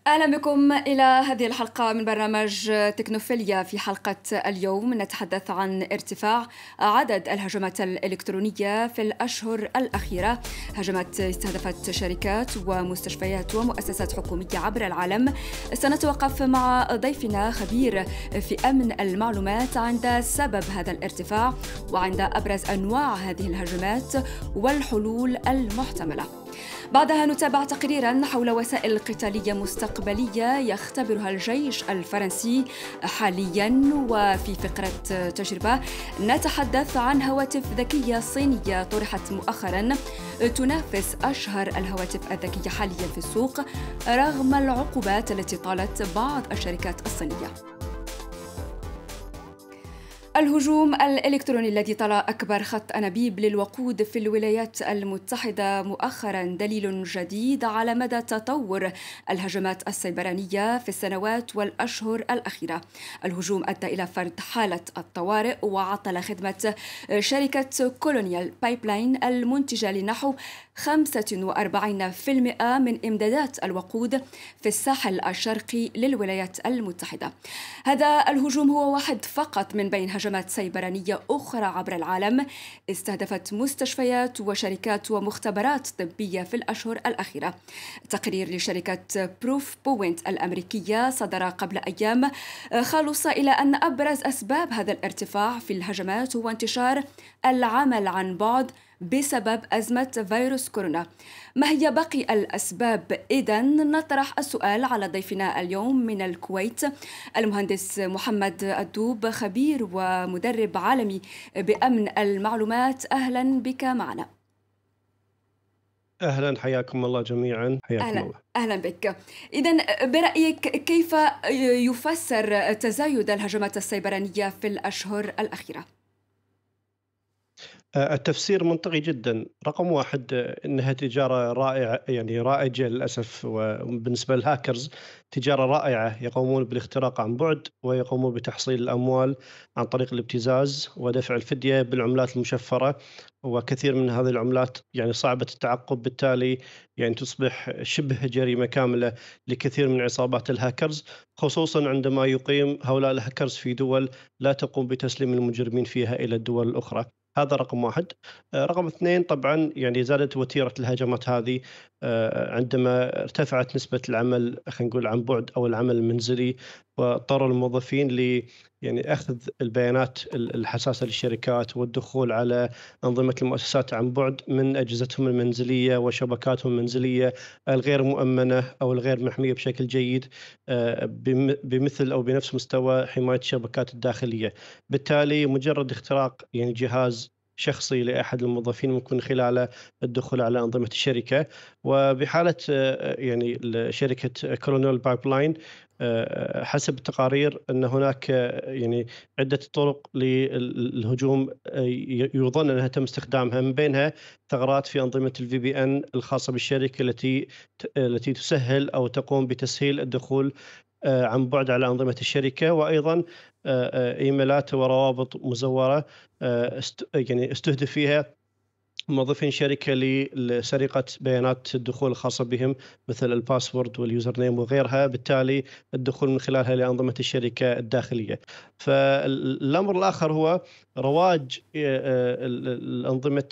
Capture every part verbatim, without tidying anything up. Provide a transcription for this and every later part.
أهلا بكم إلى هذه الحلقة من برنامج تكنوفيليا. في حلقة اليوم نتحدث عن ارتفاع عدد الهجمات الإلكترونية في الأشهر الأخيرة، هجمات استهدفت شركات ومستشفيات ومؤسسات حكومية عبر العالم. سنتوقف مع ضيفنا خبير في أمن المعلومات عند سبب هذا الارتفاع وعند أبرز أنواع هذه الهجمات والحلول المحتملة. بعدها نتابع تقريراً حول وسائل قتالية مستقبلية يختبرها الجيش الفرنسي حالياً، وفي فقرة تجربة نتحدث عن هواتف ذكية صينية طرحت مؤخراً تنافس أشهر الهواتف الذكية حالياً في السوق رغم العقوبات التي طالت بعض الشركات الصينية. الهجوم الإلكتروني الذي طال أكبر خط أنابيب للوقود في الولايات المتحدة مؤخراً دليل جديد على مدى تطور الهجمات السيبرانية في السنوات والأشهر الأخيرة. الهجوم أدى إلى فرض حالة الطوارئ وعطل خدمة شركة كولونيال بايبلاين المنتجة لنحو خمسة وأربعين بالمئة من إمدادات الوقود في الساحل الشرقي للولايات المتحدة. هذا الهجوم هو واحد فقط من بين هجمات سيبرانية أخرى عبر العالم استهدفت مستشفيات وشركات ومختبرات طبية في الأشهر الأخيرة. تقرير لشركة بروف بوينت الأمريكية صدر قبل أيام خلص إلى أن أبرز أسباب هذا الارتفاع في الهجمات هو انتشار العمل عن بعد بسبب أزمة فيروس كورونا. ما هي باقي الأسباب؟ إذن نطرح السؤال على ضيفنا اليوم من الكويت المهندس محمد الدوب، خبير ومدرب عالمي بأمن المعلومات. أهلا بك معنا. أهلا، حياكم الله جميعا. حياكم أهلا الله. أهلا بك. إذن برأيك كيف يفسر تزايد الهجمات السيبرانية في الأشهر الأخيرة؟ التفسير منطقي جدا. رقم واحد انها تجاره رائعه، يعني رائجه للاسف، وبالنسبه للهاكرز تجاره رائعه، يقومون بالاختراق عن بعد ويقومون بتحصيل الاموال عن طريق الابتزاز ودفع الفديه بالعملات المشفره، وكثير من هذه العملات يعني صعبه التعقب، بالتالي يعني تصبح شبه جريمه كامله لكثير من عصابات الهاكرز، خصوصا عندما يقيم هؤلاء الهاكرز في دول لا تقوم بتسليم المجرمين فيها الى الدول الاخرى. هذا رقم واحد. رقم اثنين، طبعا يعني زادت وتيرة الهجمات هذه عندما ارتفعت نسبة العمل، خلينا نقول عن بعد أو العمل المنزلي، واضطر الموظفين ل يعني أخذ البيانات الحساسة للشركات والدخول على أنظمة المؤسسات عن بعد من أجهزتهم المنزلية وشبكاتهم المنزلية الغير مؤمنة أو الغير محمية بشكل جيد بمثل أو بنفس مستوى حماية الشبكات الداخلية. بالتالي مجرد اختراق يعني جهاز شخصي لأحد الموظفين ممكن خلاله الدخول على أنظمة الشركة. وبحالة يعني شركة كولونيال بايبلاين، حسب التقارير أن هناك يعني عدة طرق للهجوم يظن أنها تم استخدامها، من بينها ثغرات في أنظمة الفي بي إن الخاصة بالشركة التي التي تسهل أو تقوم بتسهيل الدخول عن بعد على أنظمة الشركة، وأيضا إيميلات وروابط مزورة يعني استهدف فيها موظفين شركة لسرقة بيانات الدخول الخاصة بهم مثل الباسورد واليوزر نيم وغيرها، بالتالي الدخول من خلالها لأنظمة الشركة الداخلية. فالأمر الآخر هو رواج الأنظمة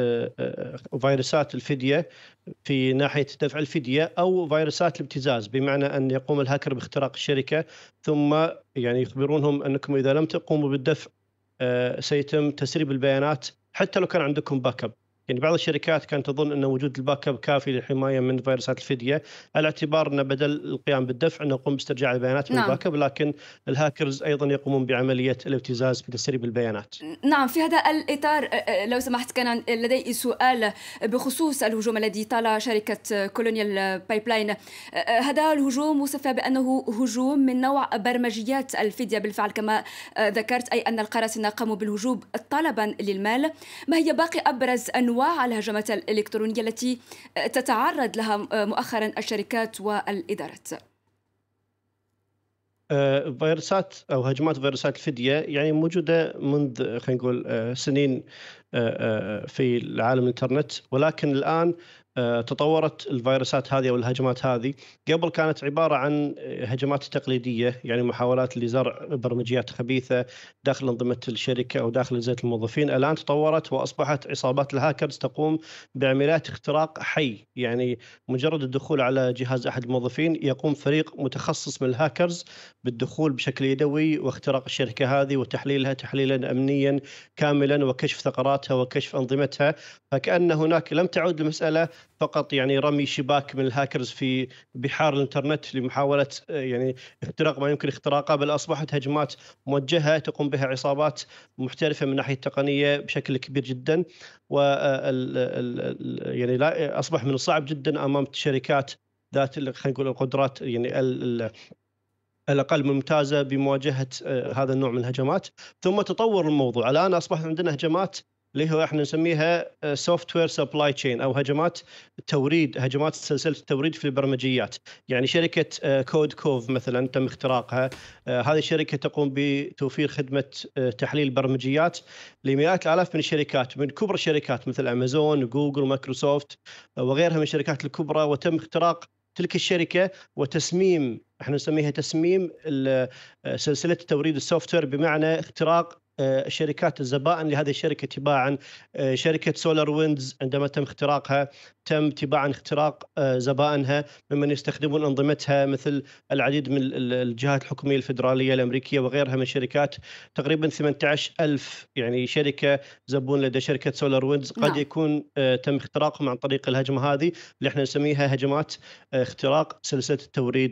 فيروسات الفدية في ناحية دفع الفدية أو فيروسات الابتزاز، بمعنى أن يقوم الهاكر باختراق الشركة ثم يعني يخبرونهم أنكم إذا لم تقوموا بالدفع سيتم تسريب البيانات حتى لو كان عندكم باك اب. يعني بعض الشركات كانت تظن أن وجود الباك اب كافي للحماية من فيروسات الفدية، على اعتبار أن بدل القيام بالدفع نقوم باسترجاع البيانات من نعم. الباك اب، لكن الهاكرز أيضا يقومون بعملية الابتزاز في تسريب البيانات. نعم، في هذا الإطار لو سمحت كان لدي سؤال بخصوص الهجوم الذي طال شركة كولونيال بايبلاين. هذا الهجوم وصف بأنه هجوم من نوع برمجيات الفدية بالفعل كما ذكرت، أي أن القراصنة قاموا بالهجوم طلبا للمال. ما هي باقي أبرز أنواع الهجمات الإلكترونية التي تتعرض لها مؤخرا الشركات والإدارات؟ فيروسات أو هجمات فيروسات الفدية يعني موجودة منذ خلينا نقول سنين في العالم الإنترنت، ولكن الآن تطورت الفيروسات هذه أو الهجمات هذه. قبل كانت عبارة عن هجمات تقليدية، يعني محاولات لزرع برمجيات خبيثة داخل أنظمة الشركة أو داخل أجهزة الموظفين. الآن تطورت وأصبحت عصابات الهاكرز تقوم بعمليات اختراق حي، يعني مجرد الدخول على جهاز أحد الموظفين يقوم فريق متخصص من الهاكرز بالدخول بشكل يدوي واختراق الشركة هذه وتحليلها تحليلا أمنيا كاملا وكشف ثغراتها وكشف أنظمتها. فكأن هناك لم تعد المسألة فقط يعني رمي شباك من الهاكرز في بحار الإنترنت لمحاولة يعني اختراق ما يمكن اختراقه، بل أصبحت هجمات موجهة تقوم بها عصابات محترفة من ناحية التقنية بشكل كبير جدا. و يعني لا أصبح من الصعب جدا أمام الشركات ذات خلينا نقول القدرات يعني الأقل ممتازة بمواجهة هذا النوع من الهجمات. ثم تطور الموضوع، الآن أصبحت عندنا هجمات اللي هو احنا نسميها سوفت وير سبلاي تشين او هجمات توريد، هجمات سلسله التوريد في البرمجيات. يعني شركه كود كوف مثلا تم اختراقها. هذه الشركه تقوم بتوفير خدمه تحليل برمجيات لمئات الالاف من الشركات، من كبرى الشركات مثل امازون جوجل مايكروسوفت وغيرها من الشركات الكبرى، وتم اختراق تلك الشركه وتسميم، احنا نسميها تسميم سلسله توريد السوفت وير، بمعنى اختراق الشركات الزبائن لهذه الشركة تباعا. شركة سولار ويندز عندما تم اختراقها تم تباعا اختراق زبائنها ممن يستخدمون أنظمتها مثل العديد من الجهات الحكومية الفيدرالية الأمريكية وغيرها من الشركات. تقريبا ثمانية عشر ألف يعني شركة زبون لدى شركة سولار ويندز قد نعم. يكون تم اختراقهم عن طريق الهجمة هذه اللي احنا نسميها هجمات اختراق سلسلة التوريد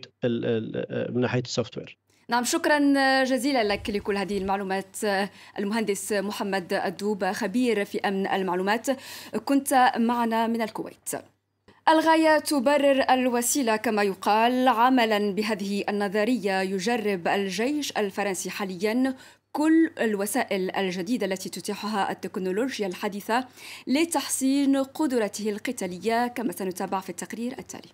من ناحية السوفت وير. نعم، شكرا جزيلا لك لكل هذه المعلومات المهندس محمد الدوب، خبير في أمن المعلومات، كنت معنا من الكويت. الغاية تبرر الوسيلة كما يقال. عملا بهذه النظرية يجرب الجيش الفرنسي حاليا كل الوسائل الجديدة التي تتيحها التكنولوجيا الحديثة لتحسين قدرته القتالية، كما سنتابع في التقرير التالي.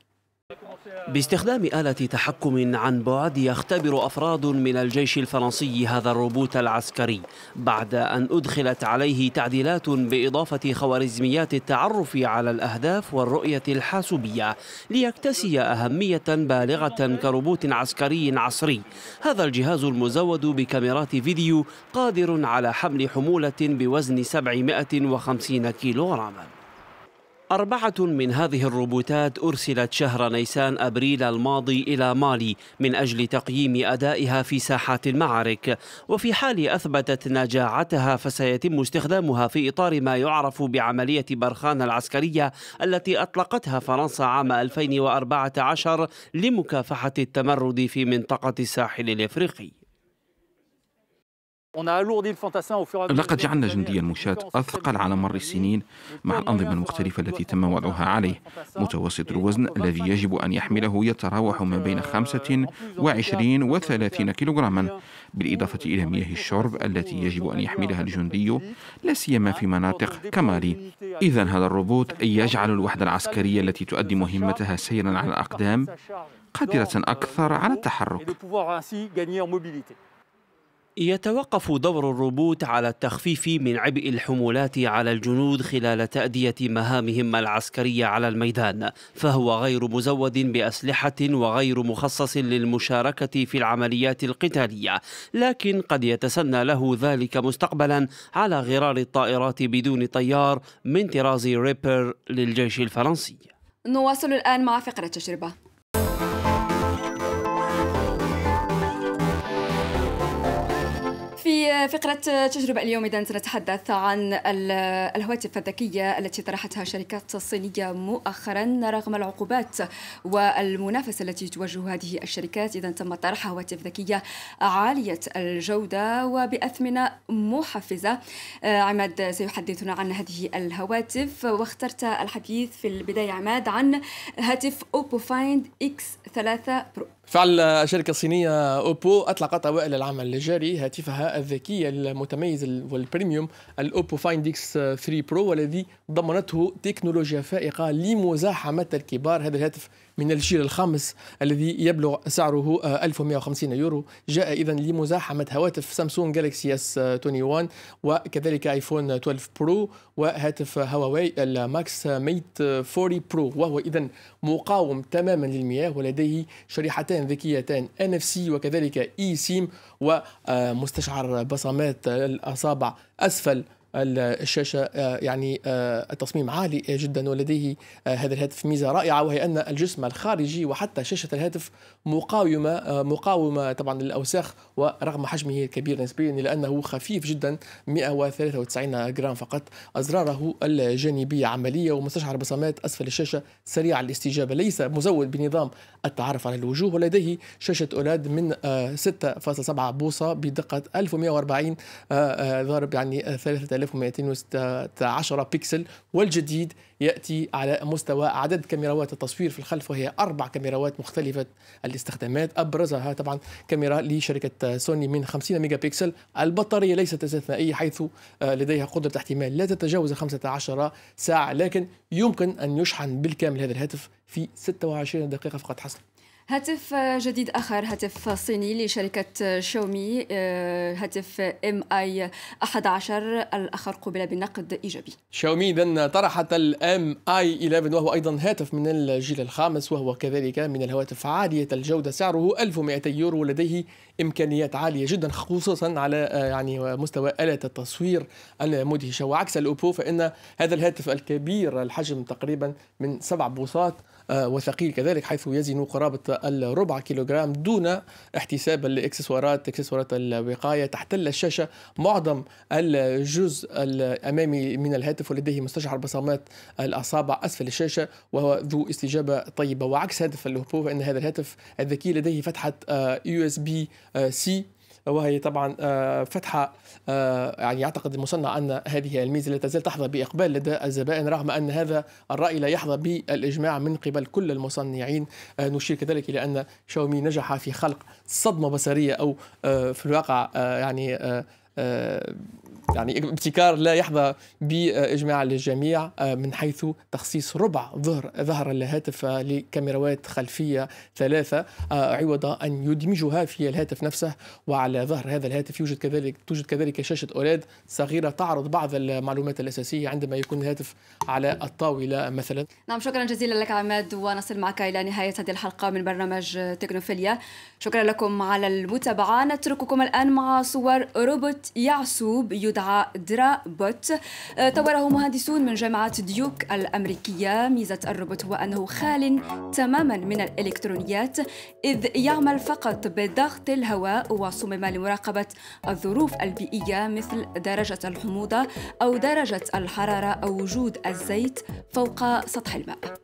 باستخدام آلة تحكم عن بعد يختبر أفراد من الجيش الفرنسي هذا الروبوت العسكري بعد أن أدخلت عليه تعديلات بإضافة خوارزميات التعرف على الأهداف والرؤية الحاسوبية ليكتسي أهمية بالغة كروبوت عسكري عصري. هذا الجهاز المزود بكاميرات فيديو قادر على حمل حمولة بوزن سبعمائة وخمسين كيلوغراما. أربعة من هذه الروبوتات أرسلت شهر نيسان أبريل الماضي إلى مالي من أجل تقييم أدائها في ساحات المعارك، وفي حال أثبتت نجاعتها فسيتم استخدامها في إطار ما يعرف بعملية برخان العسكرية التي أطلقتها فرنسا عام ألفين وأربعة عشر لمكافحة التمرد في منطقة الساحل الإفريقي. لقد جعلنا جندي المشاة أثقل على مر السنين مع الأنظمة المختلفة التي تم وضعها عليه. متوسط الوزن الذي يجب أن يحمله يتراوح ما بين خمسة وعشرين وثلاثين كيلوغراما، بالإضافة إلى مياه الشرب التي يجب أن يحملها الجندي لا سيما في مناطق كمالي. إذن هذا الروبوت يجعل الوحدة العسكرية التي تؤدي مهمتها سيرا على الأقدام قادرة أكثر على التحرك. يتوقف دور الروبوت على التخفيف من عبء الحمولات على الجنود خلال تأدية مهامهم العسكرية على الميدان، فهو غير مزود بأسلحة وغير مخصص للمشاركة في العمليات القتالية، لكن قد يتسنى له ذلك مستقبلا على غرار الطائرات بدون طيار من طراز ريبر للجيش الفرنسي. نواصل الآن مع فقرة تجربة. في فقرة تجربة اليوم إذن سنتحدث عن الهواتف الذكية التي طرحتها الشركات الصينية مؤخرا رغم العقوبات والمنافسة التي تواجه هذه الشركات. إذن تم طرح هواتف ذكية عالية الجودة وبأثمنة محفزة. عماد سيحدثنا عن هذه الهواتف، واخترت الحديث في البداية عماد عن هاتف أوبو فايند إكس ثلاثة برو. فعل الشركة الصينية أوبو أطلقت أوائل العام الجاري هاتفها الذكي المتميز والبريميوم الأوبو فايند إكس ثري برو، والذي ضمنته تكنولوجيا فائقة لمزاحمة الكبار. هذا الهاتف من الجيل الخامس الذي يبلغ سعره ألف ومئة وخمسين يورو، جاء إذن لمزاحمة هواتف سامسونج جالكسي اس واحد وعشرين وكذلك ايفون اثنا عشر برو وهاتف هواوي الماكس ميت أربعين برو، وهو إذن مقاوم تماما للمياه ولديه شريحتان ذكيتان إن إف سي وكذلك اي سيم ومستشعر بصمات الأصابع أسفل الشاشة. يعني التصميم عالي جدا، ولديه هذا الهاتف ميزة رائعة وهي أن الجسم الخارجي وحتى شاشة الهاتف مقاومة مقاومة طبعا للأوساخ، ورغم حجمه الكبير نسبيا إلا أنه خفيف جدا مئة وثلاثة وتسعين جرام فقط. أزراره الجانبية عملية، ومستشعر بصمات أسفل الشاشة سريع الاستجابة، ليس مزود بنظام التعرف على الوجوه، ولديه شاشة أولاد من ستة فاصلة سبعة بوصة بدقة ألف ومئة وأربعين ضارب يعني ثلاثة آلاف ومئتين وستة عشر بكسل. والجديد يأتي على مستوى عدد كاميرات التصوير في الخلف، وهي أربع كاميرات مختلفة الاستخدامات، أبرزها طبعا كاميرا لشركة سوني من خمسين ميجا بكسل. البطارية ليست استثنائية حيث لديها قدرة احتمال لا تتجاوز خمسة عشر ساعة، لكن يمكن أن يشحن بالكامل هذا الهاتف في ستة وعشرين دقيقة فقط حسب. هاتف جديد آخر، هاتف صيني لشركة شاومي، هاتف ام اي أحد عشر الآخر قبل بالنقد إيجابي. شاومي إذن طرحت الام اي إحدى عشر وهو أيضا هاتف من الجيل الخامس، وهو كذلك من الهواتف عالية الجودة، سعره ألف ومئتي يورو، ولديه إمكانيات عالية جدا خصوصا على يعني مستوى آلة التصوير المدهشة. وعكس الأوبو فإن هذا الهاتف الكبير الحجم تقريبا من سبع بوصات وثقيل كذلك، حيث يزن قرابة الربع كيلوغرام دون احتساب الاكسسوارات اكسسوارات الوقاية. تحتل الشاشة معظم الجزء الأمامي من الهاتف، ولديه مستشعر بصمات الأصابع أسفل الشاشة وهو ذو استجابة طيبة. وعكس هاتف الأوبو فإن هذا الهاتف الذكي لديه فتحة يو إس بي سي، وهي طبعا فتحة يعني يعتقد المصنع أن هذه الميزة لا تزال تحظى بإقبال لدى الزبائن، رغم أن هذا الرأي لا يحظى بالإجماع من قبل كل المصنعين. نشير كذلك إلى أن شاومي نجح في خلق صدمة بصرية أو في الواقع يعني يعني ابتكار لا يحظى بإجماع الجميع، من حيث تخصيص ربع ظهر ظهر الهاتف لكاميرات خلفية ثلاثة، عوض أن يدمجها في الهاتف نفسه. وعلى ظهر هذا الهاتف يوجد كذلك توجد كذلك شاشة أولاد صغيرة تعرض بعض المعلومات الأساسية عندما يكون الهاتف على الطاولة مثلا. نعم، شكرا جزيلا لك عماد، ونصل معك إلى نهاية هذه الحلقة من برنامج تكنوفيليا. شكرا لكم على المتابعة. نترككم الآن مع صور روبوت يعسوب يدعى درا بوت، طوره مهندسون من جامعة ديوك الأمريكية. ميزة الروبوت هو أنه خال تماما من الإلكترونيات، إذ يعمل فقط بضغط الهواء، وصمم لمراقبة الظروف البيئية مثل درجة الحموضة أو درجة الحرارة أو وجود الزيت فوق سطح الماء.